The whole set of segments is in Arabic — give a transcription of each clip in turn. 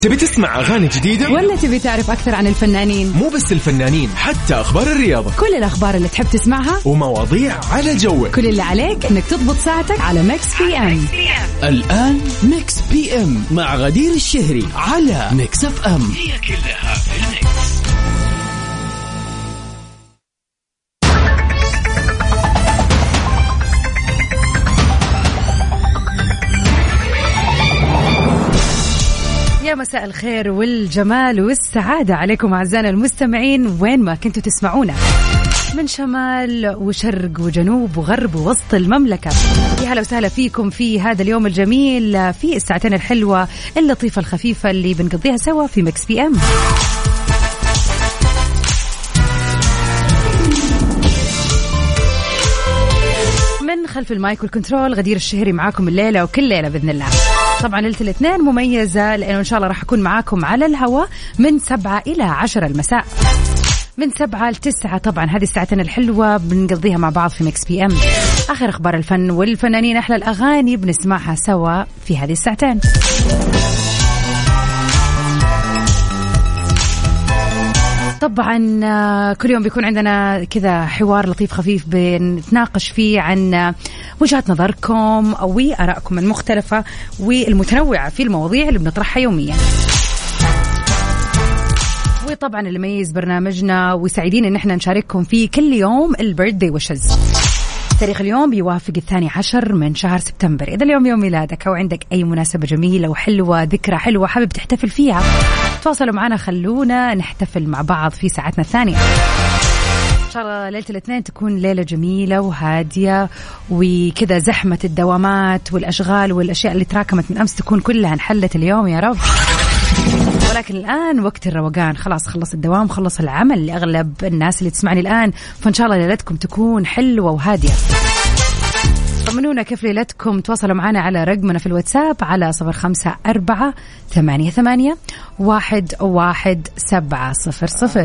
تبي تسمع أغاني جديدة؟ ولا تبي تعرف أكثر عن الفنانين؟ مو بس الفنانين، حتى أخبار الرياضة، كل الأخبار اللي تحب تسمعها ومواضيع على جوك. كل اللي عليك إنك تضبط ساعتك على ميكس بي ام. الآن ميكس بي ام مع غدير الشهري على ميكس اف ام. هي كلها في الميكس. يا مساء الخير والجمال والسعادة عليكم أعزائنا المستمعين وين ما كنتوا تسمعونا، من شمال وشرق وجنوب وغرب ووسط المملكة. يا هلا وسهلا فيكم في هذا اليوم الجميل، في الساعتين الحلوة اللطيفة الخفيفة اللي بنقضيها سوا في ميكس بي ام. من خلف المايك والكنترول غدير الشهري معاكم الليلة وكل ليلة بإذن الله. طبعا ليلة الاثنين مميزة لأنه إن شاء الله راح أكون معاكم على الهواء من 7 إلى 10 المساء، من 7 ل 9. طبعا هذه الساعتين الحلوة بنقضيها مع بعض في ميكس بي ام. آخر أخبار الفن والفنانين، أحلى الأغاني بنسمعها سوا في هذه الساعتين. طبعا كل يوم بيكون عندنا كذا حوار لطيف خفيف بنتناقش فيه عن وجهات نظركم أو آرائكم المختلفة والمتنوعة في المواضيع اللي بنطرحها يوميا. وطبعا اللي يميز برنامجنا وسعيدين ان احنا نشارككم فيه كل يوم البيرثدي ويشز. تاريخ اليوم بيوافق 12 من شهر سبتمبر. إذا اليوم يوم ميلادك أو عندك أي مناسبة جميلة وحلوة، ذكرى حلوة حابب تحتفل فيها، تواصلوا معنا، خلونا نحتفل مع بعض في ساعتنا الثانية. إن شاء الله ليلة الاثنين تكون ليلة جميلة وهادية، وكذا زحمة الدوامات والأشغال والأشياء اللي تراكمت من أمس تكون كلها انحلت اليوم يا رب. ولكن الآن وقت الروقان، خلاص خلص الدوام، خلص العمل لأغلب الناس اللي تسمعني الآن، فإن شاء الله ليلتكم تكون حلوة وهادية. طمنونا كيف ليلتكم، تواصلوا معنا على رقمنا في الواتساب على 0548811700.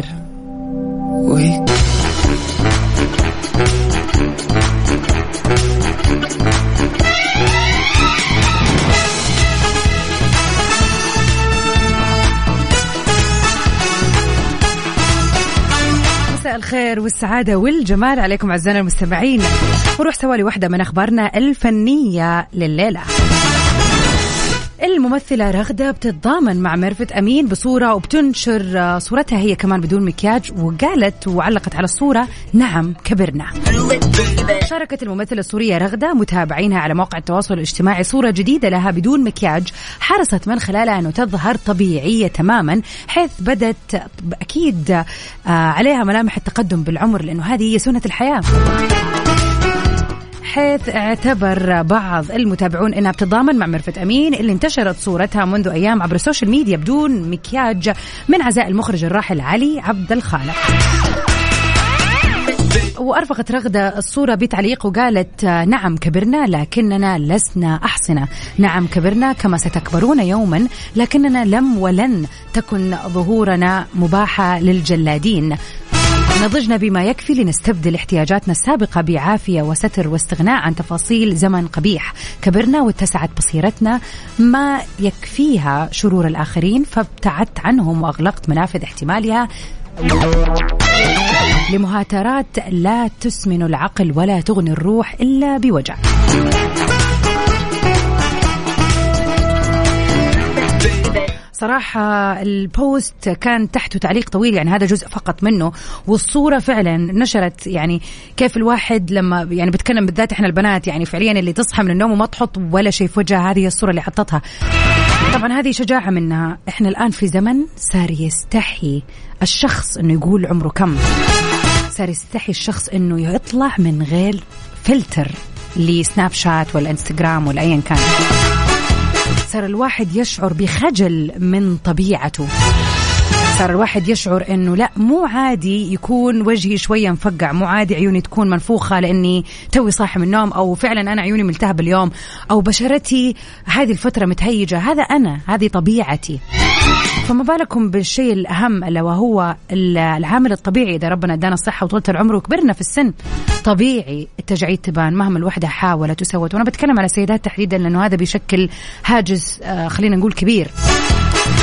الخير والسعادة والجمال عليكم أعزائنا المستمعين، ونروح سوالي واحدة من أخبارنا الفنية لليلة. الممثلة رغدة بتتضامن مع ميرفت أمين بصورة وبتنشر صورتها هي كمان بدون مكياج، وقالت وعلقت على الصورة نعم كبرنا. شاركت الممثلة السورية رغدة متابعينها على مواقع التواصل الاجتماعي صورة جديدة لها بدون مكياج، حرصت من خلالها أنه تظهر طبيعية تماما، حيث بدت أكيد عليها ملامح التقدم بالعمر، لأنه هذه هي سنة الحياة. حيث اعتبر بعض المتابعون انها بتتضامن مع ميرفت امين اللي انتشرت صورتها منذ ايام عبر السوشيال ميديا بدون مكياج من عزاء المخرج الراحل علي عبد الخالق. وأرفقت رغدة الصورة بتعليق وقالت نعم كبرنا لكننا لسنا أحصنة، نعم كبرنا كما ستكبرون يوما، لكننا لم ولن تكن ظهورنا مباحة للجلادين، نضجنا بما يكفي لنستبدل احتياجاتنا السابقة بعافية وستر واستغناء عن تفاصيل زمن قبيح، كبرنا واتسعت بصيرتنا ما يكفيها شرور الآخرين، فابتعدت عنهم وأغلقت منافذ احتمالها لمهاترات لا تسمن العقل ولا تغني الروح إلا بوجع. صراحة البوست كان تحته تعليق طويل، يعني هذا جزء فقط منه، والصورة فعلا نشرت يعني كيف الواحد لما يعني بتكلم بالذات احنا البنات يعني فعليا اللي تصحى من النوم وما تحط ولا شيء في وجهها، هذه الصورة اللي حطتها. طبعا هذه شجاعة منها. احنا الآن في زمن صار يستحي الشخص انه يقول عمره كم، صار يستحي الشخص انه يطلع من غير فلتر لسناب شات ولا انستغرام ولا ايا كان. صار الواحد يشعر بخجل من طبيعته، صار الواحد يشعر انه لا مو عادي يكون وجهي شوية مفقع، مو عادي عيوني تكون منفوخة لاني توي صاحي من النوم، او فعلا انا عيوني ملتهب اليوم، او بشرتي هذه الفترة متهيجة، هذا انا، هذه طبيعتي. فما بالكم بالشيء الأهم ألا وهو العامل الطبيعي. إذا ربنا ادانا الصحة وطولة العمر وكبرنا في السن، طبيعي التجاعيد تبان مهما الوحدة حاولت وسوت. وأنا بتكلم على السيدات تحديدا لأنه هذا بيشكل هاجس خلينا نقول كبير.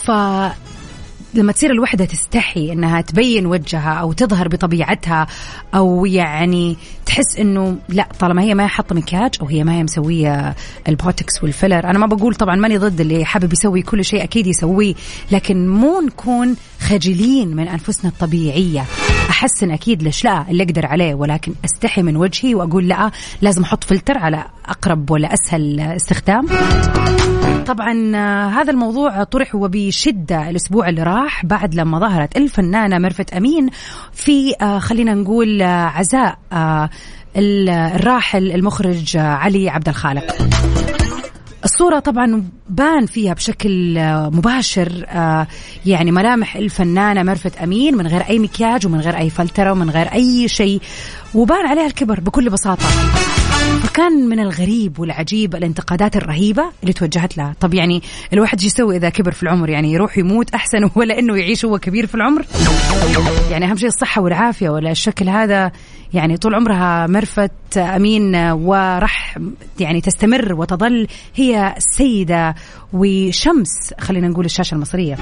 لما تصير الوحدة تستحي إنها تبين وجهها أو تظهر بطبيعتها، أو يعني تحس إنه لا طالما هي ما هي حاطة مكياج أو هي ما هي مسوية البوتكس والفيلر. أنا ما بقول طبعا ماني ضد اللي حابب يسوي كل شيء أكيد يسويه، لكن مو نكون خجلين من أنفسنا الطبيعية. أحسن أكيد ليش لا اللي أقدر عليه، ولكن أستحي من وجهي وأقول لا لازم أحط فلتر على أقرب ولا أسهل استخدام. طبعا هذا الموضوع طرح وبشدة الأسبوع اللي راح بعد لما ظهرت الفنانة ميرفت أمين في خلينا نقول عزاء الراحل المخرج علي عبد الخالق. الصورة طبعا بان فيها بشكل مباشر يعني ملامح الفنانة ميرفت أمين من غير أي مكياج ومن غير أي فلترة ومن غير أي شيء، وبان عليها الكبر بكل بساطة. فكان من الغريب والعجيب الانتقادات الرهيبة اللي توجهت لها. طب يعني الواحد يسوي إذا كبر في العمر؟ يعني يروح يموت أحسن ولا إنه يعيش هو كبير في العمر؟ يعني أهم شيء الصحة والعافية، ولا الشكل هذا؟ يعني طول عمرها ميرفت أمين ورح يعني تستمر وتظل هي السيدة وشمس خلينا نقول الشاشة المصرية.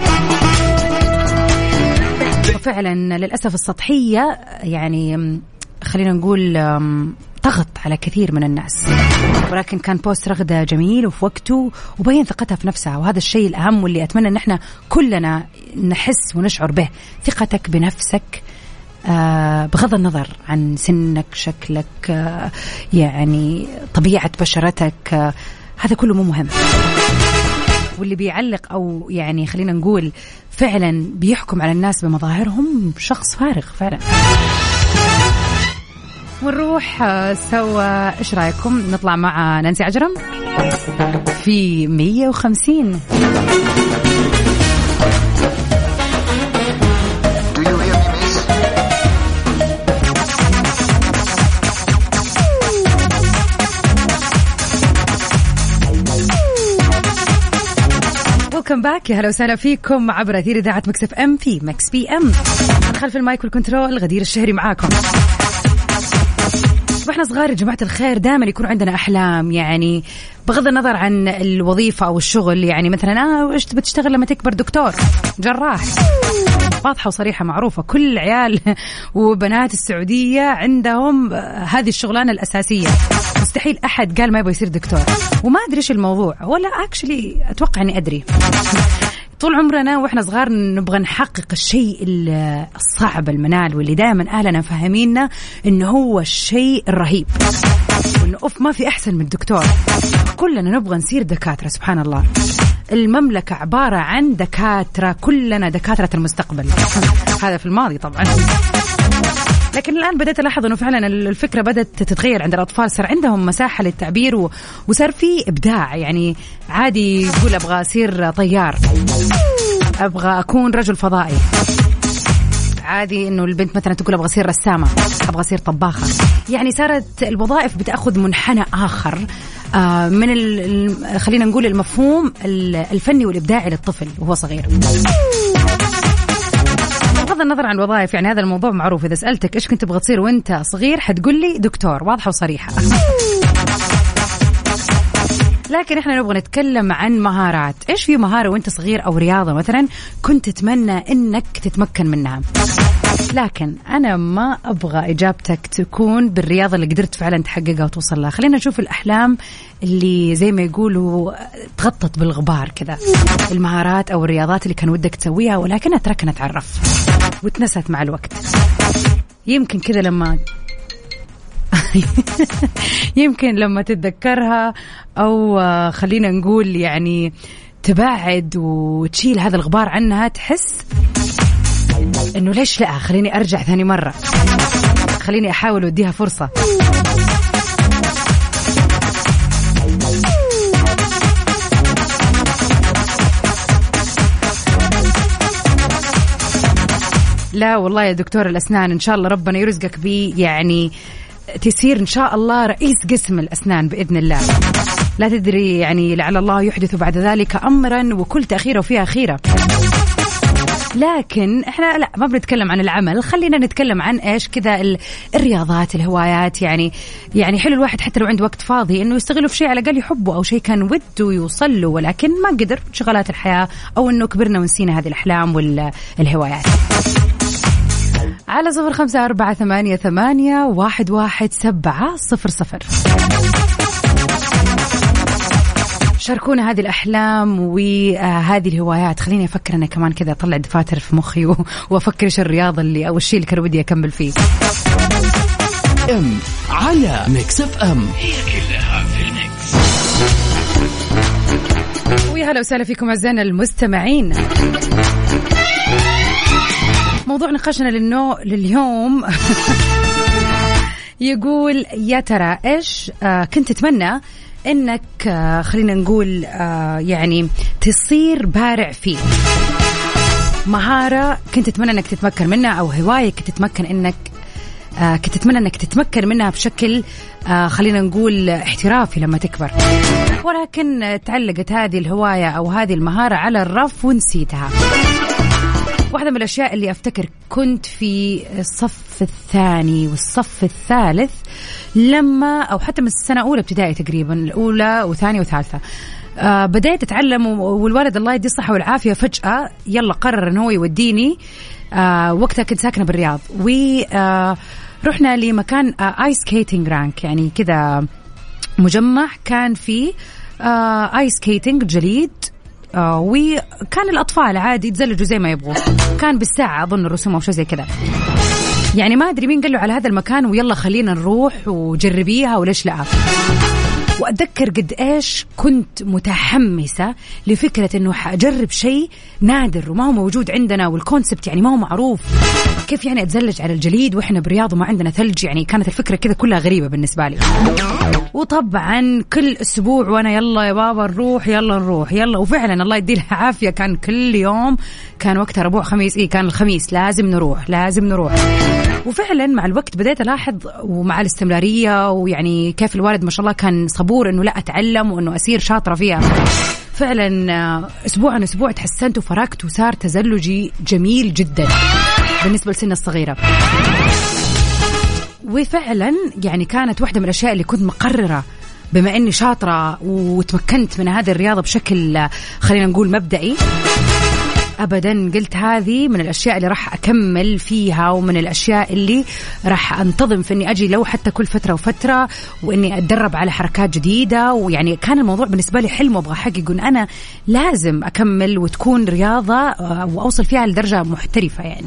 وفعلا للأسف السطحية يعني خلينا نقول ضغط على كثير من الناس، ولكن كان بوست رغدة جميل وفي وقته وبين ثقتها في نفسها، وهذا الشيء الأهم واللي أتمنى أن احنا كلنا نحس ونشعر به. ثقتك بنفسك بغض النظر عن سنك، شكلك، يعني طبيعة بشرتك، هذا كله مو مهم. واللي بيعلق أو يعني خلينا نقول فعلا بيحكم على الناس بمظاهرهم شخص فارغ فعلا. ونروح سوا، إيش رأيكم نطلع مع نانسي عجرم في 150؟ ويلكم باك، يا هلا وسهلا فيكم عبر أثير إذاعة مكس اف ام في مكس بي ام. خلف المايك والكنترول غدير الشهري معاكم. واحنا صغار يا جماعة الخير دائما يكون عندنا أحلام، يعني بغض النظر عن الوظيفة أو الشغل. يعني مثلا إيش بتشتغل لما تكبر؟ دكتور، جراح، واضحة وصريحة معروفة. كل العيال وبنات السعودية عندهم هذه الشغلانة الأساسية. مستحيل أحد قال ما يبغى يصير دكتور. وما أدري إيش الموضوع، ولا أكشلي أتوقع أني أدري. طول عمرنا وإحنا صغار نبغى نحقق الشيء الصعب المنال، واللي دائما أهلنا فهميننا إنه هو الشيء الرهيب، وإنه أوف ما في أحسن من الدكتور. كلنا نبغى نصير دكاترة. سبحان الله، المملكة عبارة عن دكاترة، كلنا دكاترة المستقبل. هذا في الماضي طبعا، لكن الآن بدأت ألاحظ أنه فعلا الفكرة بدأت تتغير عند الأطفال. صار عندهم مساحة للتعبير وصار في إبداع. يعني عادي يقول أبغى أصير طيار، أبغى أكون رجل فضائي. عادي إنه البنت مثلا تقول أبغى أصير رسامة، أبغى أصير طباخة. يعني صارت الوظائف بتأخذ منحنى آخر من خلينا نقول المفهوم الفني والإبداعي للطفل وهو صغير. بغض النظر عن الوظائف، يعني هذا الموضوع معروف. إذا سألتك إيش كنت تبغى تصير وأنت صغير حتقول لي دكتور، واضحة وصريحة. لكن إحنا نبغى نتكلم عن مهارات. إيش في مهارة وأنت صغير أو رياضة مثلا كنت تتمنى إنك تتمكن منها؟ لكن أنا ما أبغى إجابتك تكون بالرياضة اللي قدرت فعلا تحققها وتوصل لها. خلينا نشوف الأحلام اللي زي ما يقولوا تغطت بالغبار كذا، المهارات أو الرياضات اللي كان ودك تسويها ولكنها تركنت على الرف وتنست مع الوقت. يمكن كذا لما يمكن لما تتذكرها أو خلينا نقول يعني تباعد وتشيل هذا الغبار عنها، تحس إنه ليش لا، خليني أرجع ثاني مرة، خليني أحاول وأديها فرصة. لا والله يا دكتور الأسنان إن شاء الله ربنا يرزقك بي، يعني تصير إن شاء الله رئيس قسم الأسنان بإذن الله. لا تدري يعني لعل الله يحدث بعد ذلك أمرا، وكل تأخيره فيها خيرة. لكن احنا لا ما بنتكلم عن العمل، خلينا نتكلم عن ايش كذا الرياضات، الهوايات. يعني حلو الواحد حتى لو عنده وقت فاضي انه يستغله في شيء على الاقل يحبه او شيء كان وده يوصل له ولكن ما قدر شغلات الحياة او انه كبرنا ونسينا هذه الاحلام والهوايات. على 0548811700 شاركونا هذه الأحلام وهذه الهوايات. خليني أفكر أنا كمان كذا أطلع دفاتر في مخي وأفكر إيش الرياضة اللي أو الشيء اللي كان ودي أكمل فيه. ام على ميكس اف ام، هي كلها في الميكس. ويا هلا وسهلا فيكم أعزائنا المستمعين. موضوع نقاشنا لليوم يقول يا ترى إيش كنت تتمنى إنك خلينا نقول يعني تصير بارع فيه، مهارة كنت تتمنى إنك تتمكن منها أو هواية كنت تتمنى إنك تتمكن منها بشكل خلينا نقول احترافي لما تكبر، ولكن تعلقت هذه الهواية أو هذه المهارة على الرف ونسيتها. واحدة من الأشياء اللي أفتكر كنت في الصف الثاني والصف الثالث لما أو حتى من السنة أولى ابتدائي تقريبا، الأولى وثانية وثالثة، بدأت أتعلم والوالد الله يديه الصحة والعافية فجأة يلا قرر أنه هو يوديني. وقتها كنت ساكنة بالرياض ورحنا لمكان آيس سكيتنج رانك، يعني كذا مجمع كان فيه آيس سكيتنج جليد، وكان الأطفال عادي يتزلجوا زي ما يبغوا، كان بالساعة أظن الرسوم أو شيء زي كذا. يعني ما أدري مين قال له على هذا المكان ويلا خلينا نروح وجربيها وليش لا. وأتذكر قد إيش كنت متحمسة لفكرة إنه حأجرب شيء نادر وما هو موجود عندنا، والكونسبت يعني ما هو معروف. كيف يعني أتزلج على الجليد وإحنا برياض وما عندنا ثلج؟ يعني كانت الفكرة كذا كلها غريبة بالنسبة لي. وطبعا كل أسبوع وأنا يلا يا بابا نروح يلا نروح يلا، وفعلا الله يديه العافية كان كل يوم، كان وقتها ربوع خميس، كان الخميس لازم نروح. وفعلا مع الوقت بديت ألاحظ ومع الاستمرارية ويعني كيف الوالد ما شاء الله كان صبور إنه لا أتعلم وإنه أصير شاطرة فيها. فعلا أسبوع عن أسبوع تحسنت وفرقت وصار تزلجي جميل جدا بالنسبة لسن الصغيرة. وفعلا يعني كانت واحدة من الأشياء اللي كنت مقررة بما أني شاطرة وتمكنت من هذه الرياضة بشكل خلينا نقول مبدئي، أبدا قلت هذه من الأشياء اللي راح أكمل فيها ومن الأشياء اللي راح أنتظم في أني أجي لو حتى كل فترة وفترة وإني أتدرب على حركات جديدة. ويعني كان الموضوع بالنسبة لي حلم وأبغى أحقق أن أنا لازم أكمل وتكون رياضة وأوصل فيها لدرجة محترفة. يعني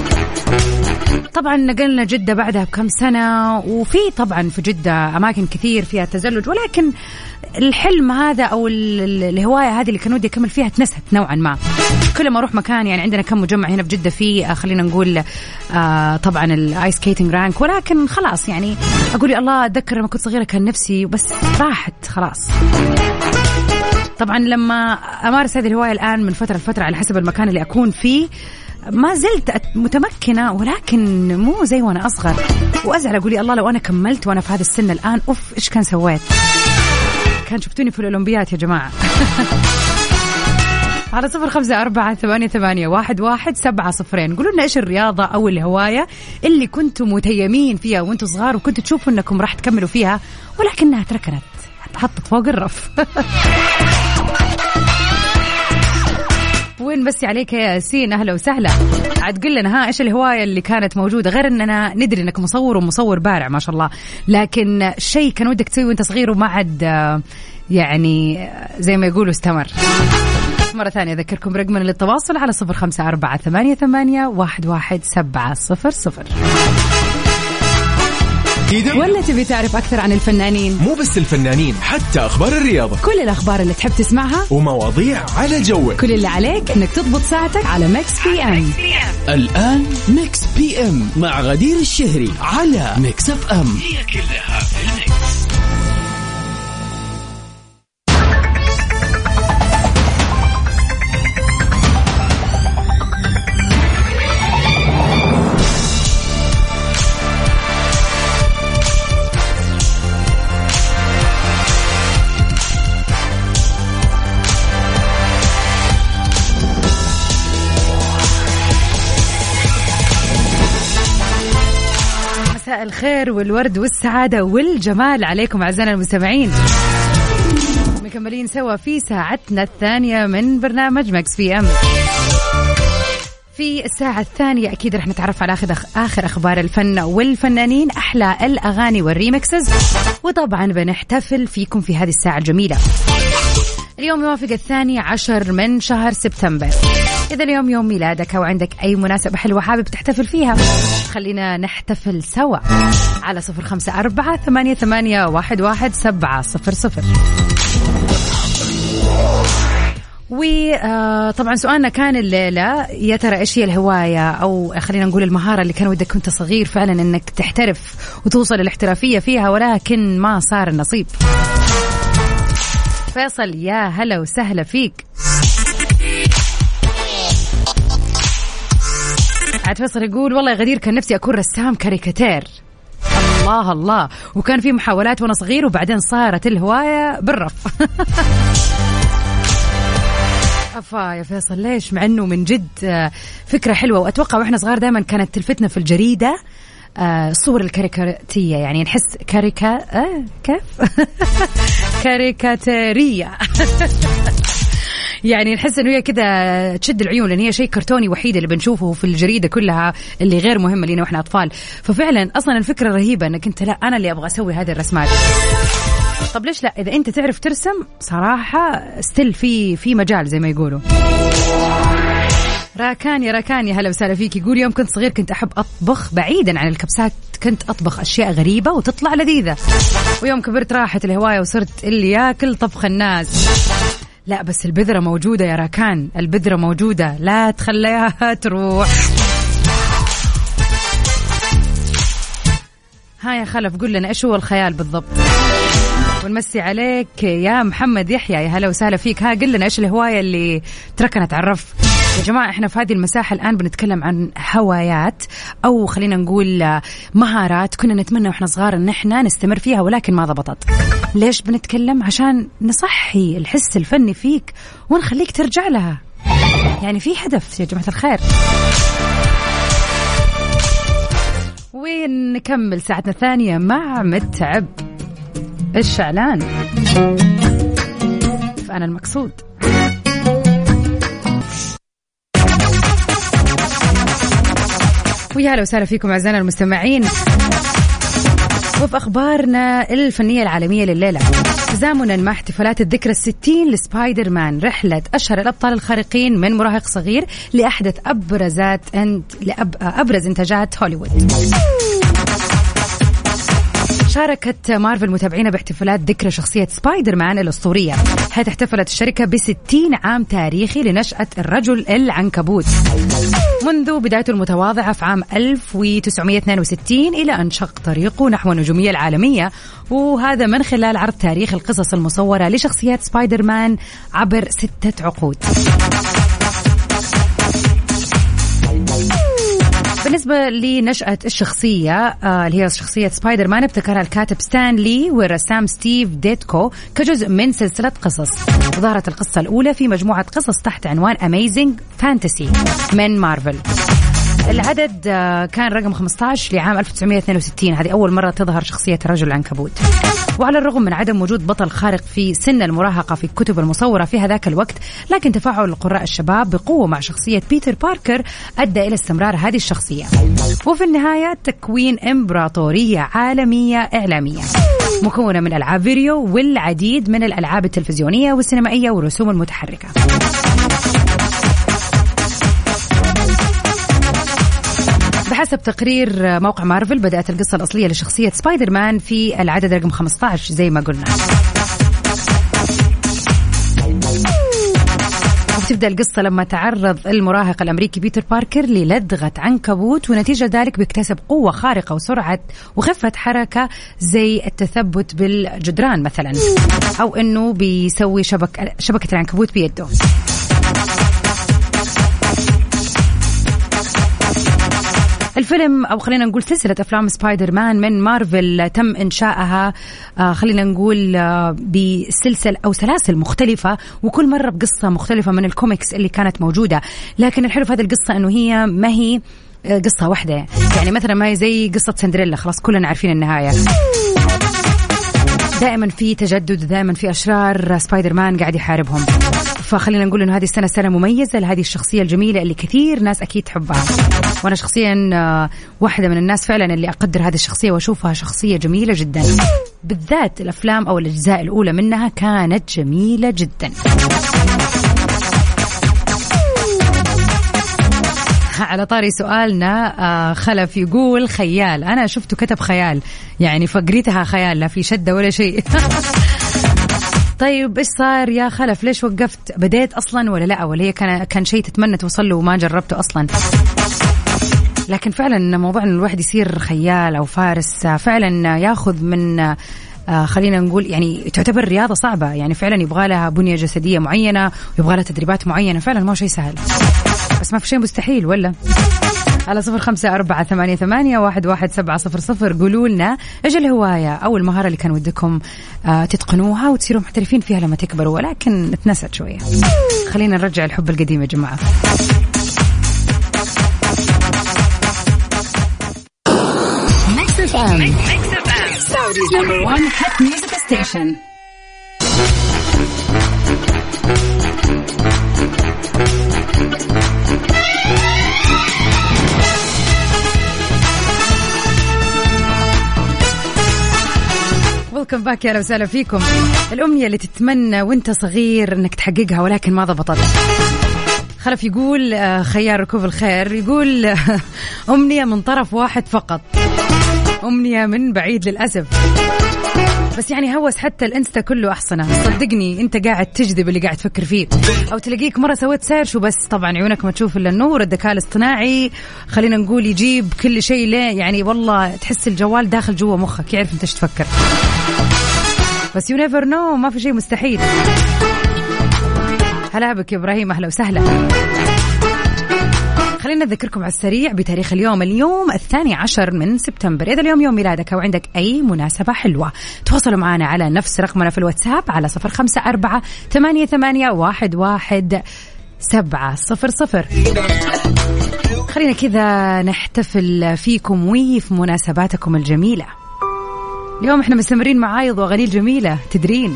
طبعا نقلنا جدة بعدها بكم سنة، وفي طبعا في جدة أماكن كثير فيها تزلج، ولكن الحلم هذا أو الهواية هذه اللي كان ودي أكمل فيها تنست نوعا ما. كل ما أروح مكان، يعني عندنا كم مجمع هنا في جدة فيه خلينا نقول طبعا الآيس سكيتنج رانك، ولكن خلاص يعني أقول يا الله أتذكر لما كنت صغيرة كان نفسي بس راحت خلاص. طبعا لما أمارس هذه الهواية الآن من فترة لفترة على حسب المكان اللي أكون فيه ما زلت متمكنة، ولكن مو زي وأنا أصغر، وأزعل أقول يا الله لو أنا كملت وأنا في هذا السن الآن إيش كان سويت، كان شفتوني في الأولمبيات يا جماعة. على 0548811700 قولوا لنا إيش الرياضة أو الهواية اللي كنتوا متيمين فيها وأنتوا صغار وكنتوا تشوفوا أنكم راح تكملوا فيها ولكنها تركنت حطت فوق الرف. وين بس عليك يا ياسين، أهلا وسهلا. عاد قل لنا إيش الهواية اللي كانت موجودة، غير أننا ندري أنك مصور ومصور بارع ما شاء الله، لكن شيء كان ودك تسويه وأنت صغير وما عاد يعني زي ما يقولوا استمر. مرة ثانية أذكركم برقمنا للتواصل على 0548811700. ولا تبي تعرف أكثر عن الفنانين؟ مو بس الفنانين، حتى أخبار الرياضة، كل الأخبار اللي تحب تسمعها ومواضيع على جوك. كل اللي عليك إنك تضبط ساعتك على ميكس بي ام. الآن ميكس بي ام مع غدير الشهري على ميكس اف ام، هي كلها في الميكس. مساء الخير والورد والسعادة والجمال عليكم أعزائنا المستمعين. مكملين سوا في ساعتنا الثانية من برنامج مكس بي ام. في الساعة الثانية أكيد رح نتعرف على آخر أخبار الفن والفنانين، أحلى الأغاني والريمكسز، وطبعا بنحتفل فيكم في هذه الساعة الجميلة. اليوم يوافق 12 من شهر سبتمبر. إذا اليوم يوم ميلادك أو عندك أي مناسبة حلوة حابب تحتفل فيها، خلينا نحتفل سوا على 0548811700. وطبعا سؤالنا كان الليلة، يا ترى إيش هي الهواية أو خلينا نقول المهارة اللي كان ودك كنت صغير فعلا إنك تحترف وتوصل الاحترافية فيها ولكن ما صار النصيب؟ فيصل يا هلا وسهلا فيك. عاد فيصل يقول والله يا غدير كان نفسي أكون رسام كاريكاتير. الله الله، وكان في محاولات وأنا صغير وبعدين صارت الهواية بالرف. أفا يا فيصل ليش؟ مع أنه من جد فكرة حلوة، وأتوقع وإحنا صغار دائما كانت تلفتنا في الجريدة الصور الكاريكاتيرية، يعني نحس كيف كاريكاتيرية. يعني نحس انه هي كذا تشد العيون، لان هي شيء كرتوني وحيد اللي بنشوفه في الجريده كلها اللي غير مهمه لنا واحنا اطفال. ففعلا اصلا الفكره رهيبه انك انت لا انا اللي ابغى اسوي هذه الرسمات. طب ليش لا؟ اذا انت تعرف ترسم صراحه ستيل في مجال زي ما يقولوا. راكان يا هلا وسهلا فيك. يقول يوم كنت صغير كنت أحب أطبخ، بعيدا عن الكبسات كنت أطبخ أشياء غريبة وتطلع لذيذة، ويوم كبرت راحت الهواية وصرت اللي ياكل طبخ الناس. لا بس البذرة موجودة يا راكان، البذرة موجودة لا تخليها تروح. ها يا خلف قول لنا إيش هو الخيال بالضبط. ونمسي عليك يا محمد يحيى يا هلا وسهلا فيك. ها قل لنا إيش الهواية اللي تركنا تعرف. يا جماعة احنا في هذه المساحة الآن بنتكلم عن هوايات أو خلينا نقول مهارات كنا نتمنى واحنا صغار ان احنا نستمر فيها ولكن ما ضبطت. ليش بنتكلم؟ عشان نصحي الحس الفني فيك ونخليك ترجع لها، يعني في هدف يا جماعة الخير. ونكمل ساعتنا الثانية مع متعب الشعلان فأنا المقصود. ويا هلا وسهلا فيكم أعزائنا المستمعين. وفي أخبارنا الفنية العالمية لليلة، تزامنا مع احتفالات الذكرى 60 لسبايدر مان، رحلة أشهر الأبطال الخارقين من مراهق صغير لأحدث أبرز إنتاجات هوليوود. شاركت مارفل متابعينا باحتفالات ذكرى شخصية سبايدر مان الأسطورية، حيث احتفلت الشركة ب60 عام تاريخي لنشأة الرجل العنكبوت منذ بدايته المتواضعة في عام 1962 إلى أن شق طريقه نحو النجومية العالمية، وهذا من خلال عرض تاريخ القصص المصورة لشخصيات سبايدر مان عبر 6 عقود. بالنسبة لنشأة الشخصية اللي هي شخصية سبايدر مان، ابتكرها الكاتب ستان لي والرسام ستيف ديتكو كجزء من سلسلة قصص، وظهرت القصة الأولى في مجموعة قصص تحت عنوان Amazing Fantasy من مارفل. العدد كان رقم 15 لعام 1962، هذه أول مرة تظهر شخصية الرجل العنكبوت. وعلى الرغم من عدم وجود بطل خارق في سن المراهقة في الكتب المصورة في هذاك الوقت، لكن تفاعل القراء الشباب بقوة مع شخصية بيتر باركر أدى إلى استمرار هذه الشخصية، وفي النهاية تكوين إمبراطورية عالمية إعلامية مكونة من ألعاب فيديو والعديد من الألعاب التلفزيونية والسينمائية والرسوم المتحركة. بحسب تقرير موقع مارفل، بدأت القصة الأصلية لشخصية سبايدر مان في العدد رقم 15 زي ما قلنا. وبتبدأ القصة لما تعرض المراهق الأمريكي بيتر باركر للدغة عنكبوت، ونتيجة ذلك بيكتسب قوة خارقة وسرعة وخفة حركة زي التثبت بالجدران مثلا، أو أنه بيسوي شبكة العنكبوت بيده. الفيلم أو خلينا نقول سلسلة أفلام سبايدر مان من مارفل تم إنشائها خلينا نقول بسلسل أو سلاسل مختلفة، وكل مرة بقصة مختلفة من الكوميكس اللي كانت موجودة. لكن الحلو في هذه القصة أنه هي ما هي قصة واحدة، يعني مثلا ما هي زي قصة سندريلا خلاص كلنا عارفين النهاية. دائما في تجدد، دائما في أشرار سبايدر مان قاعد يحاربهم. فخلينا نقول إنه هذه السنة سنة مميزة لهذه الشخصية الجميلة اللي كثير ناس أكيد تحبها، وأنا شخصيا واحدة من الناس فعلا اللي أقدر هذه الشخصية وأشوفها شخصية جميلة جدا، بالذات الأفلام أو الأجزاء الأولى منها كانت جميلة جدا. على طاري سؤالنا خلف يقول خيال، أنا شفته كتب خيال يعني فقريتها خيال، لا في شدة ولا شيء. طيب إيش صار يا خلف؟ ليش وقفت؟ بديت أصلا ولا لا؟ ولا هي كان شيء تتمنى توصل له وما جربته أصلا؟ لكن فعلا موضوع إن الواحد يصير خيال أو فارس فعلا ياخذ من خلينا نقول يعني تعتبر رياضة صعبة، يعني فعلا يبغى لها بنية جسدية معينة ويبغى لها تدريبات معينة، فعلا ما شيء سهل، بس ما في شيء مستحيل. ولا على 0548811700 قولوا لنا ايش الهواية أو المهارة اللي كان ودكم تتقنوها وتصيروا محترفين فيها لما تكبروا، ولكن اتنست شوية. خلينا نرجع الحب القديم يا جماعة. Mix FM, Saudi's #1 hit music station. ويلكم باك، يا لو وسهلا فيكم. الأمنية اللي تتمنى وانت صغير انك تحققها ولكن ما ضبطت. خلف يقول خيار ركوب الخير، يقول أمنية من طرف واحد فقط، أمنية من بعيد للأسف، بس يعني هوس حتى الانستا كله أحسنه، صدقني انت قاعد تجذب اللي قاعد تفكر فيه، او تلاقيك مرة سويت سيرش وبس طبعا عيونك ما تشوف الا النور. الذكاء الاصطناعي خلينا نقول يجيب كل شيء ليه، يعني والله تحس الجوال داخل جوا مخك يعرف انت ايش تفكر، بس you never know، ما في شيء مستحيل. هلا بك يا إبراهيم، أهلا وسهلا. خلينا نذكركم على السريع بتاريخ اليوم 12 من سبتمبر. إذا اليوم يوم ميلادك أو عندك أي مناسبة حلوة تواصلوا معنا على نفس رقمنا في الواتساب على 0548811700. خلينا كذا نحتفل فيكم وفي مناسباتكم الجميلة. اليوم احنا مستمرين معايض وأغاني جميلة تدرين.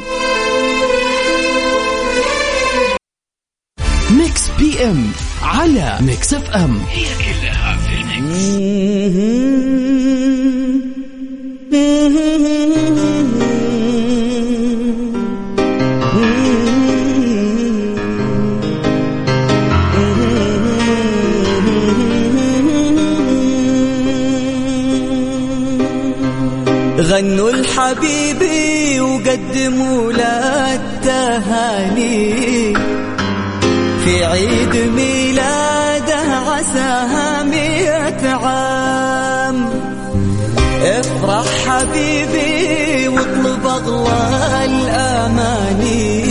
ميكس بي ام على ميكس اف ام، هي كلها في الميكس. غنوا الحبيبي وقدموا له التهاني في عيد ميلاده عساها 100 عام. افرح حبيبي واطلب أغلى الأماني،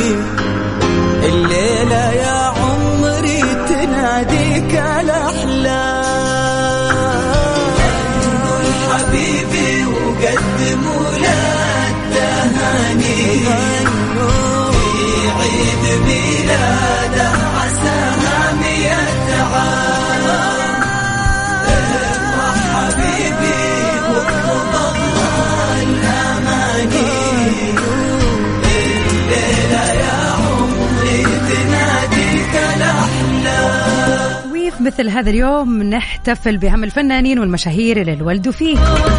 الليلة يا عمري تناديك الأحلام. غنوا الحبيبي وقدموا له التهاني في عيد ميلاده عساها 100 عام. افرح حبيبي واطلب أغلى الأماني، الليلة يا عمري تناديك الأحلام. وفي مثل هذا اليوم نحتفل بأهم الفنانين والمشاهير اللي الولدوا فيه.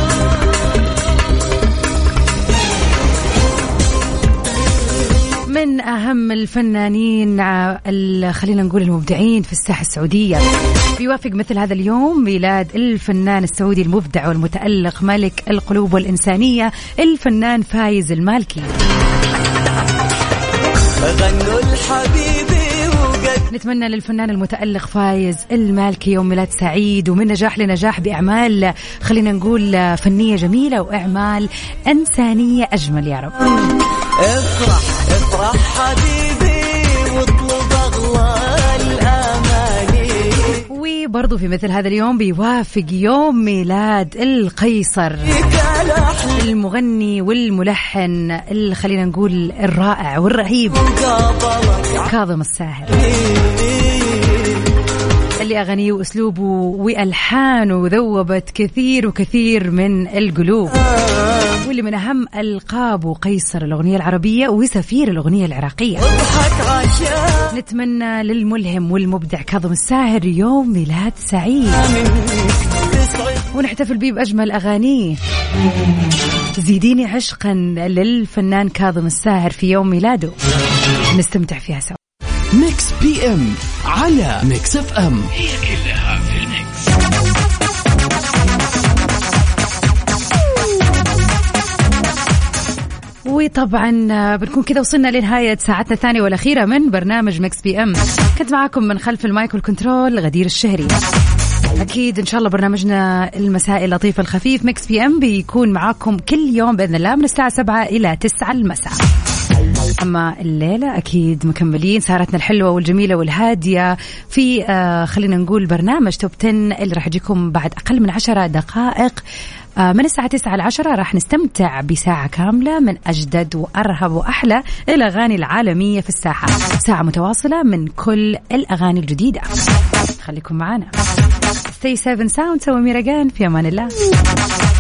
من أهم الفنانين خلينا نقول المبدعين في الساحة السعودية، بيوافق مثل هذا اليوم ميلاد الفنان السعودي المبدع والمتألق ملك القلوب والإنسانية الفنان فايز المالكي. غنوا الحبيبي نتمنى للفنان المتألق فايز المالكي يوم ميلاد سعيد ومن نجاح لنجاح بأعمال خلينا نقول فنية جميلة وأعمال إنسانية أجمل يا رب. افرح افرح حبيبي واطلب أغلى الأماني. وبرضو في مثل هذا اليوم بيوافق يوم ميلاد القيصر المغني والملحن خلينا نقول الرائع والرهيب كاظم الساهر، اللي أغانيه وأسلوبه وألحانه ذوبت كثير وكثير من القلوب، واللي من أهم ألقابه قيصر الأغنية العربية وسفير الأغنية العراقية. نتمنى للملهم والمبدع كاظم الساهر يوم ميلاد سعيد، ونحتفل بيه بأجمل أغانيه. زيديني عشقا للفنان كاظم الساهر في يوم ميلاده، نستمتع فيها سوا. ميكس بي ام على ميكس اف ام، هي كلها في الميكس. وطبعا بنكون كده وصلنا لنهاية ساعتنا الثانية والأخيرة من برنامج ميكس بي ام. كنت معاكم من خلف المايك والكنترول غدير الشهري. أكيد إن شاء الله برنامجنا المسائي اللطيف الخفيف ميكس بي ام بيكون معاكم كل يوم بإذن الله من الساعة 7 إلى 9 المساء. أما الليلة أكيد مكملين سهرتنا الحلوة والجميلة والهادية في خلينا نقول برنامج توب 10 اللي راح يجيكم بعد أقل من 10 دقائق من الساعة 9 إلى 10. راح نستمتع بساعة كاملة من أجدد وأرهب وأحلى الأغاني العالمية في الساحة، ساعة متواصلة من كل الأغاني الجديدة. خليكم معنا. Stay safe and sound. سوي ميرجان في أمان الله.